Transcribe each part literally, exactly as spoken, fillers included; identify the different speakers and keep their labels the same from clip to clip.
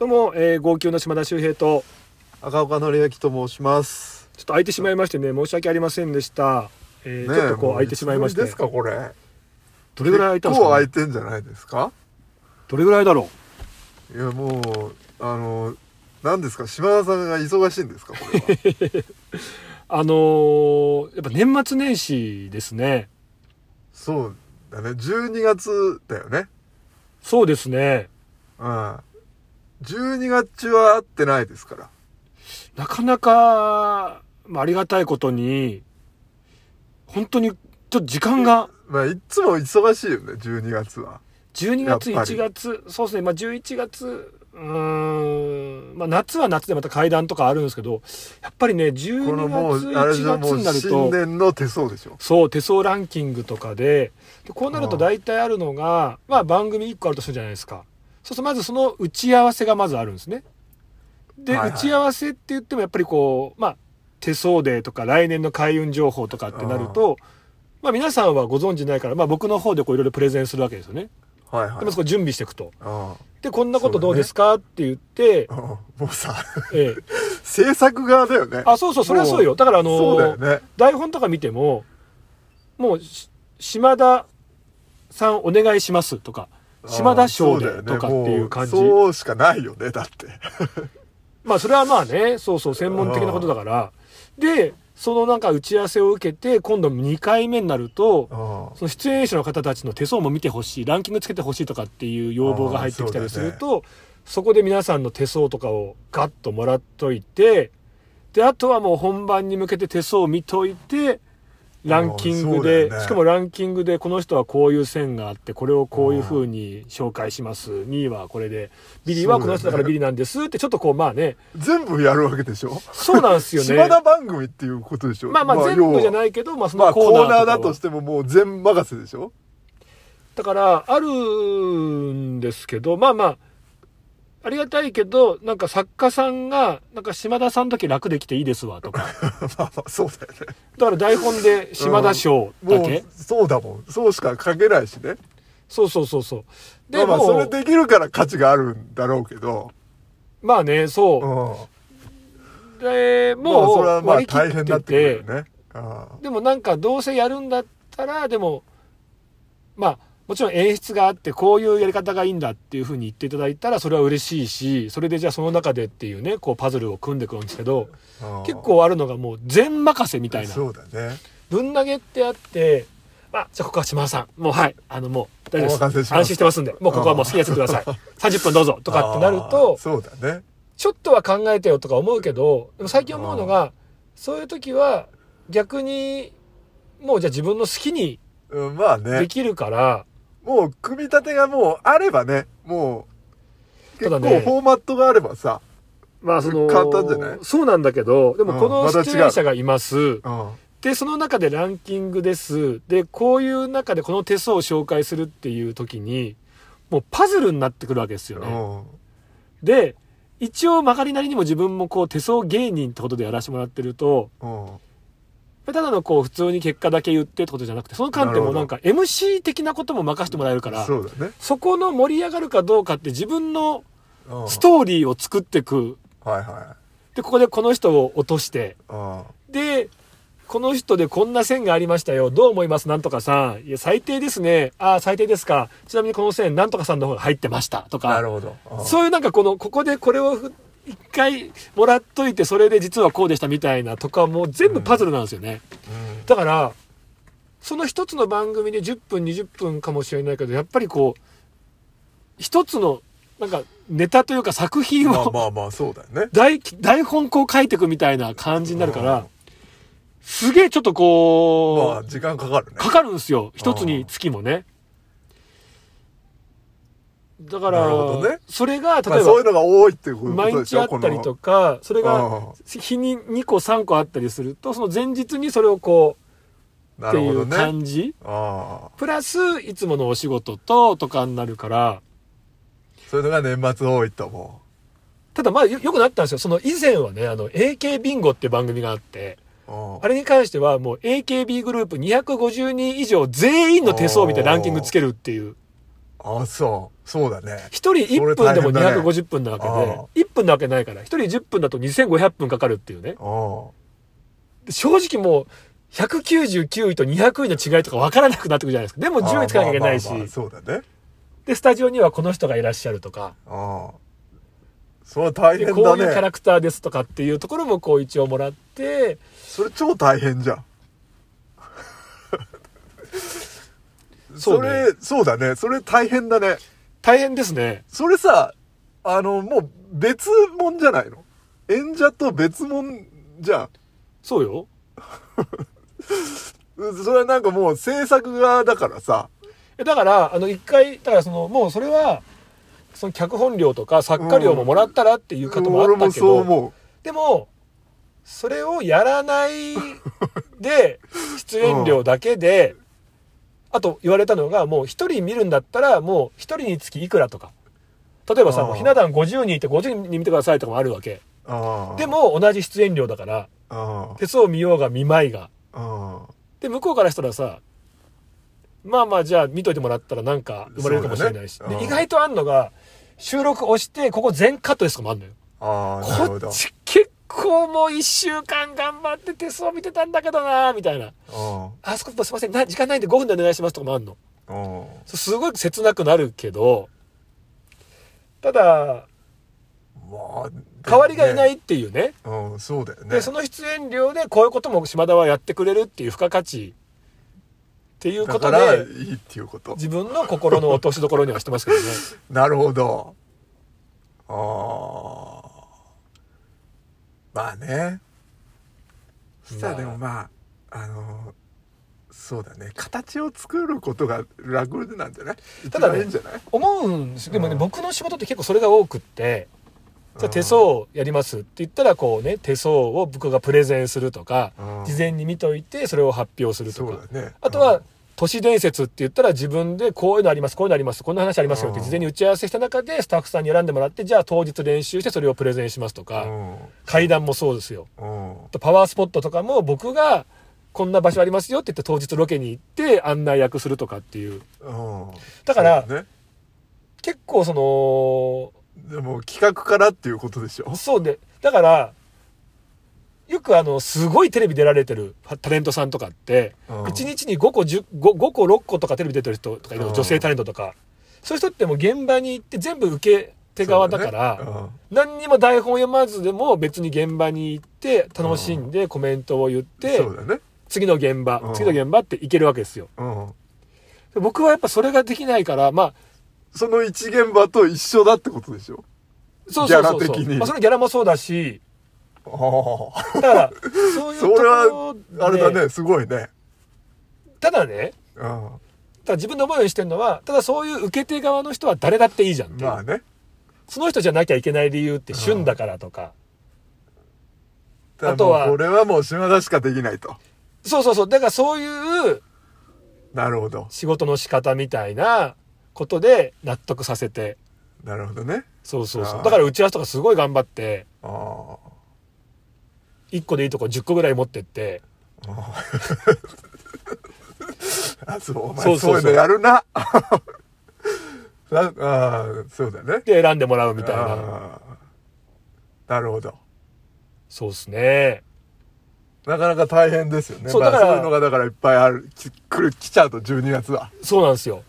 Speaker 1: どうも、えー、号泣の島田秀平と
Speaker 2: 赤岡典明と申します。
Speaker 1: ちょっと空いてしまいましてね、申し訳ありませんでした、えーね、ちょっとこう空いてしまいまして。
Speaker 2: いつぶりですかこれ。
Speaker 1: どれぐらい空いたんですか、ね、
Speaker 2: 結構空いてんじゃないですか。
Speaker 1: どれぐらいだろ
Speaker 2: う。いやもうあの何ですか、島田さんが忙しいんですかこれは。
Speaker 1: あのー、やっぱ年末年始ですね。
Speaker 2: そうだね、じゅうにがつだよね。
Speaker 1: そうですね。
Speaker 2: うん。じゅうにがつ中は会ってないですから。
Speaker 1: なかなか、まあ、ありがたいことに本当にちょっと時間が、
Speaker 2: まあいつも忙しいよねじゅうにがつは。
Speaker 1: じゅうにがついちがつ、そうですね、まあ、じゅういちがつ、うーん、まあ、夏は夏でまた階段とかあるんですけど、やっぱりねじゅうにがついちがつになると
Speaker 2: 新年の手相でしょ。
Speaker 1: そう、手相ランキングとかで、でこうなると大体あるのが、まあ番組いっこあるとするじゃないですか。そうするとまずその打ち合わせがまずあるんですね。で、はいはい、打ち合わせって言ってもやっぱりこう、まあ手相デーとか来年の開運情報とかってなると、まあ皆さんはご存知ないから、まあ僕の方でこういろいろプレゼンするわけですよね。はいはい、でまずこう準備していくと。で、こんなことどうですか、ね、って言って、
Speaker 2: もうさ、
Speaker 1: ええ、
Speaker 2: 制作側だよね。
Speaker 1: あ、そうそう、それはそうよ。だからあのーね、台本とか見ても、もう島田さんお願いしますとか、島田賞でとかっていう感じ。
Speaker 2: そうだよね、そうしかないよね、だって。
Speaker 1: まあそれはまあね、そうそう、専門的なことだから。で、そのなんか打ち合わせを受けて、今度にかいめになると、その出演者の方たちの手相も見てほしい、ランキングつけてほしいとかっていう要望が入ってきたりすると、 そ,、ね、そこで皆さんの手相とかをガッともらっといて、で、あとはもう本番に向けて手相を見といて、ランキングで、ね、しかもランキングでこの人はこういう線があってこれをこういう風に紹介します、にいはこれで、ビリはこの人だからビリなんですってちょっとこうまあね
Speaker 2: 全部やるわけでしょ。
Speaker 1: そうなんですよね。
Speaker 2: 島田番組っていうことでしょ。
Speaker 1: まあまあ全部じゃないけど、まあその
Speaker 2: コーナー、まあ、コーナーだとしてももう全任せでしょ。
Speaker 1: だからあるんですけど、まあまあありがたいけど、なんか作家さんが、なんか島田さんだけ楽できていいですわとか。
Speaker 2: まあまあそうだよね。
Speaker 1: だから台本で島田賞だけ、うん、
Speaker 2: そうだもん。そうしか書けないしね。
Speaker 1: そうそうそうそう。
Speaker 2: でも、まあそれできるから価値があるんだろうけど。
Speaker 1: まあね、そう。うん、で、もう割り切ってて、ね、でもなんかどうせやるんだったら、でも、まあ、もちろん演出があってこういうやり方がいいんだっていう風に言っていただいたらそれは嬉しいし、それでじゃあその中でっていうね、こうパズルを組んでくるんですけど、結構あるのがもう全任せみたいな。
Speaker 2: そうだね。
Speaker 1: ぶん投げってあって、あ、じゃあここは島田さん、もうはい、あのもう大丈夫です。安心してますんで、もうここはもう好きなやつください。さんじゅっぷんどうぞとかってなると、
Speaker 2: そうだね。
Speaker 1: ちょっとは考えてよとか思うけど、でも最近思うのが、そういう時は逆にもうじゃあ自分の好きにできるから、
Speaker 2: もう組み立てがもうあればね、もう結構フォーマットがあればさ、
Speaker 1: まあその
Speaker 2: 簡単じゃない？
Speaker 1: そうなんだけど、でもこの出演者がいます、うん、でその中でランキングです、でこういう中でこの手相を紹介するっていう時にもうパズルになってくるわけですよね、うん、で一応曲がりなりにも自分もこう手相芸人ってことでやらせてもらってると、うん、ただのこう普通に結果だけ言ってってことじゃなくて、その間ってもうなんか エムシー 的なことも任せてもらえるから、
Speaker 2: そうだね、
Speaker 1: そこの盛り上がるかどうかって自分のストーリーを作っていく、
Speaker 2: はいはい、
Speaker 1: でここでこの人を落として、でこの人でこんな線がありましたよ、どう思いますなんとかさん、いや最低ですね、ああ最低ですか、ちなみにこの線なんとかさんの方が入ってましたとか、
Speaker 2: なるほど、
Speaker 1: そういうなんかこのここでこれを一回もらっといてそれで実はこうでしたみたいなとかもう全部パズルなんですよね、うんうん、だからその一つの番組でじゅっぷんにじゅっぷんかもしれないけど、やっぱりこう一つのなんかネタというか作品を、
Speaker 2: まあまあまあそうだよね、
Speaker 1: 台, 台本こう書いていくみたいな感じになるから、すげえちょっとこう、
Speaker 2: まあ時間かかるね、
Speaker 1: かかるんですよ、一つにつきもね。だから、ね、それが例えば、まあ、
Speaker 2: そういうのが多いっていうこと
Speaker 1: 毎日あったりとか、それが日ににこさんこあったりすると、その前日にそれをこうっていう感じ、ね、あプラスいつものお仕事ととかになるから、
Speaker 2: そういうのが年末多いと思う。
Speaker 1: ただまあ よ, よくなったんですよ。その以前はね、あの エーケー ビンゴって番組があって、あれに関してはもう エーケービー グループにひゃくごじゅうにん以上全員の手相を見てランキングつけるっていう。
Speaker 2: ああ、そうそうだね。
Speaker 1: 一人いっぷんでもにひゃくごじゅっぷんなわけで、
Speaker 2: ね、
Speaker 1: いっぷんなわけないから、一人じゅっぷんだとにせんごひゃっぷんかかるっていうね。
Speaker 2: あ
Speaker 1: 正直もうひゃくきゅうじゅうきゅういとにひゃくいの違いとか分からなくなってくるじゃないですか。でも順位つかなきゃいけないし、
Speaker 2: まあまあまあそうだね。
Speaker 1: でスタジオにはこの人がいらっしゃるとか、
Speaker 2: ああ、それは大変だね。
Speaker 1: こういうキャラクターですとかっていうところもこう一応もらって、
Speaker 2: それ超大変じゃん。
Speaker 1: そうね、
Speaker 2: それそうだね。それ大変だね。
Speaker 1: 大変ですね。
Speaker 2: それさ、あのもう別物じゃないの？演者と別物じゃん。
Speaker 1: そうよ。
Speaker 2: それはなんかもう制作側だからさ。
Speaker 1: だからあの一回だからそのもうそれはその脚本料とか作家料ももらったらっていう方もあったけど、うん、俺もそう思う。でもそれをやらないで出演料だけで、うん、あと言われたのがもう一人見るんだったらもう一人につきいくらとか、例えばさもうひな壇ごじゅうにんいてごじゅうにん見てくださいとかもあるわけ。でも同じ出演料だから手相見ようが見まいがで向こうからしたらさ、まあまあじゃあ見といてもらったらなんか生まれるかもしれないし、ね、で意外とあんのが収録押してここ全カットですとかもあんのよ。
Speaker 2: あ
Speaker 1: ーこっち結構もういっしゅうかん頑張って手相見てたんだけどなみたいな、あそこすいませんな時間ないんでごふんでお願いしますとかもあんの。すごい切なくなるけど、ただ
Speaker 2: まあ
Speaker 1: 代わりがいないっていうね、
Speaker 2: うん、そうだよね。
Speaker 1: でその出演料でこういうことも島田はやってくれるっていう付加価値っていうことで、
Speaker 2: だからいいっていうこと。
Speaker 1: 自分の心の落としどころにはしてますけどね。
Speaker 2: なるほど。ああ、まあね。そしたらでもまあ、あのそうだね、形を作ることが楽なんじゃない？
Speaker 1: ただね、
Speaker 2: いいんじゃない？
Speaker 1: 思うんです。でもね、僕の仕事って結構それが多くって、じゃあ手相やりますって言ったらこうね、手相を僕がプレゼンするとか、事前に見といてそれを発表するとか、
Speaker 2: ね、
Speaker 1: あとは都市伝説って言ったら自分でこういうのあります、こういうのあります、こんな話ありますよって事前に打ち合わせした中でスタッフさんに選んでもらって、じゃあ当日練習してそれをプレゼンしますとか、階段もそうですよ。パワースポットとかも僕がこんな場所ありますよって言って当日ロケに行って案内役するとかっていう。だから、ね、結構その
Speaker 2: でも企画からっていうことでしょ。
Speaker 1: そうで、だからよくあのすごいテレビ出られてるタレントさんとかっていちにちにごこじゅう 5, 5個ろっことかテレビ出てる人とかいる女性タレントとか、そういう人ってもう現場に行って全部受け手側だから、ね、何にも台本読まずでも別に現場に行って楽しんでコメントを言って、
Speaker 2: そうだね、
Speaker 1: 次の現場次の現場って行けるわけですよ。僕はやっぱそれができないから、まあ
Speaker 2: その一現場と一緒だってことでしょ。
Speaker 1: そうそうそうそう、ギャラ的に、まあ、そのギャラもそうだし、だからそういうところで、それは
Speaker 2: あれだね、すごいね。
Speaker 1: ただね、うん、ただ自分の思うようにしてるのは、ただそういう受け手側の人は誰だっていいじゃんっていう、
Speaker 2: まあね、
Speaker 1: その人じゃなきゃいけない理由って旬だからとか、
Speaker 2: うん、あとはこれはもう島田しかできないと。
Speaker 1: そうそうそう、だからそういう
Speaker 2: なるほど
Speaker 1: 仕事の仕方みたいなことで納得させて。
Speaker 2: なるほどね。
Speaker 1: そうそうそう、だから打ち合わせとかすごい頑張って、
Speaker 2: あ
Speaker 1: いっこでいいとこじゅっこぐらい持ってって、
Speaker 2: あそう、お前そういうのやるな。ああ、そうだね。
Speaker 1: で選んでもらうみたいな。
Speaker 2: なるほど。
Speaker 1: そうですね。
Speaker 2: なかなか大変ですよね。
Speaker 1: そうだから、
Speaker 2: まあ、そういうのがだからいっぱいある、来る、来ちゃうとじゅうにがつは。
Speaker 1: そうなんですよ。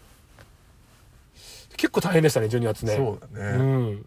Speaker 1: 結構大変でしたね、じゅうにがつね。
Speaker 2: そうだね。
Speaker 1: うん。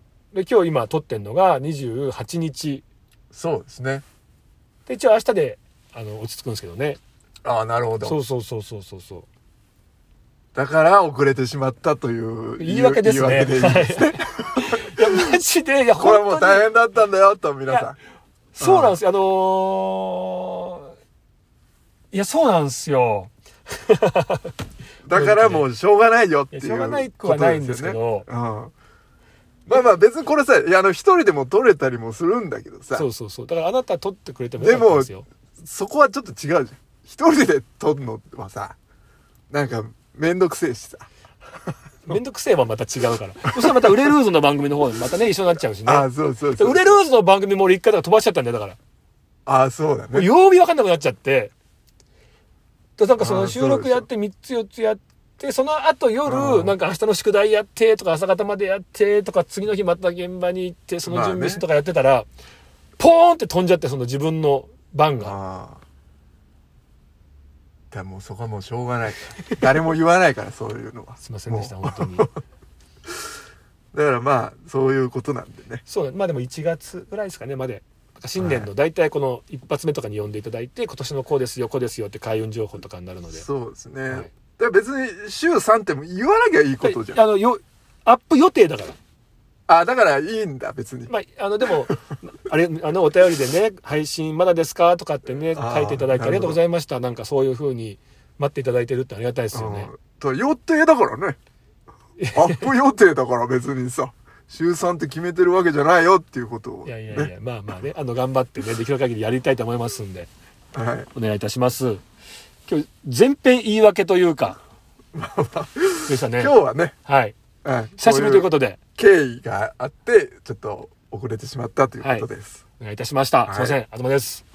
Speaker 1: で、今日今撮ってんのがにじゅうはちにち。
Speaker 2: そうですね。
Speaker 1: で、一応明日で、あの、落ち着くんですけどね。
Speaker 2: ああ、なるほど。
Speaker 1: そうそうそうそうそうそう。
Speaker 2: だから遅れてしまったという
Speaker 1: 言い訳ですね。言い訳でいいですね。いや、マジで、いや、
Speaker 2: これはもう大変だったんだよ、と、皆さん。
Speaker 1: そうなんですよ。あのー、いや、そうなんですよ。
Speaker 2: だからもうしょうがないよっていう。
Speaker 1: しょうがないくはないんですけど。
Speaker 2: うん。まあまあ別にこれさ、いやあの一人でも撮れたりもするんだけどさ。
Speaker 1: そうそうそう。だからあなた撮ってくれてもよかったんですよ。
Speaker 2: でも、そこはちょっと違うじゃん。一人で撮るのはさ、なんかめんどくせえしさ。
Speaker 1: めんどくせえはまた違うから。そしたらまた売れルーズの番組の方にまたね、一緒になっちゃうしね。
Speaker 2: ああ、そうそうそう。
Speaker 1: 売れルーズの番組も俺一回だから飛ばしちゃったんだよ、だから。
Speaker 2: ああ、そうだね。
Speaker 1: 曜日わかんなくなっちゃって。なんかその収録やってみっつよっつやっで、その後夜、なんか明日の宿題やってとか朝方までやってとか次の日また現場に行ってその準備室とかやってたら、まあね、ポーンって飛んじゃってその自分の番が。あ
Speaker 2: だもうそこはもうしょうがない誰も言わないからそういうのは。
Speaker 1: すいませんでした本当に。
Speaker 2: だからまあそういうことなんでね。
Speaker 1: そうまあでもいちがつぐらいですかねまで。新年の大体この一発目とかに呼んでいただいて、はい、今年のこうですよこうですよって開運情報とかになるので。
Speaker 2: そうですね、はい、だから別に週さんっても言わなきゃいいことじゃん。
Speaker 1: あのよアップ予定だから。
Speaker 2: あだからいいんだ別に。
Speaker 1: まああのでもあれあのお便りでね配信まだですかとかってね書いていただいてありがとうございました。なんかそういう風に待っていただいてるってありがたいですよね。
Speaker 2: 予定だからね。アップ予定だから別にさ。週さんって決めてるわけじゃないよっていうことを、ね、
Speaker 1: いやいやいやまあまあねあの頑張ってねできる限りやりたいと思いますんで、はい、お願いいたします。今日全編言い訳というかでしたね。
Speaker 2: 今日はね、
Speaker 1: はい、はい、久しぶりということで
Speaker 2: 経緯があってちょっと遅れてしまったということです、
Speaker 1: はい、お願いいたしました、はい、すいません東です。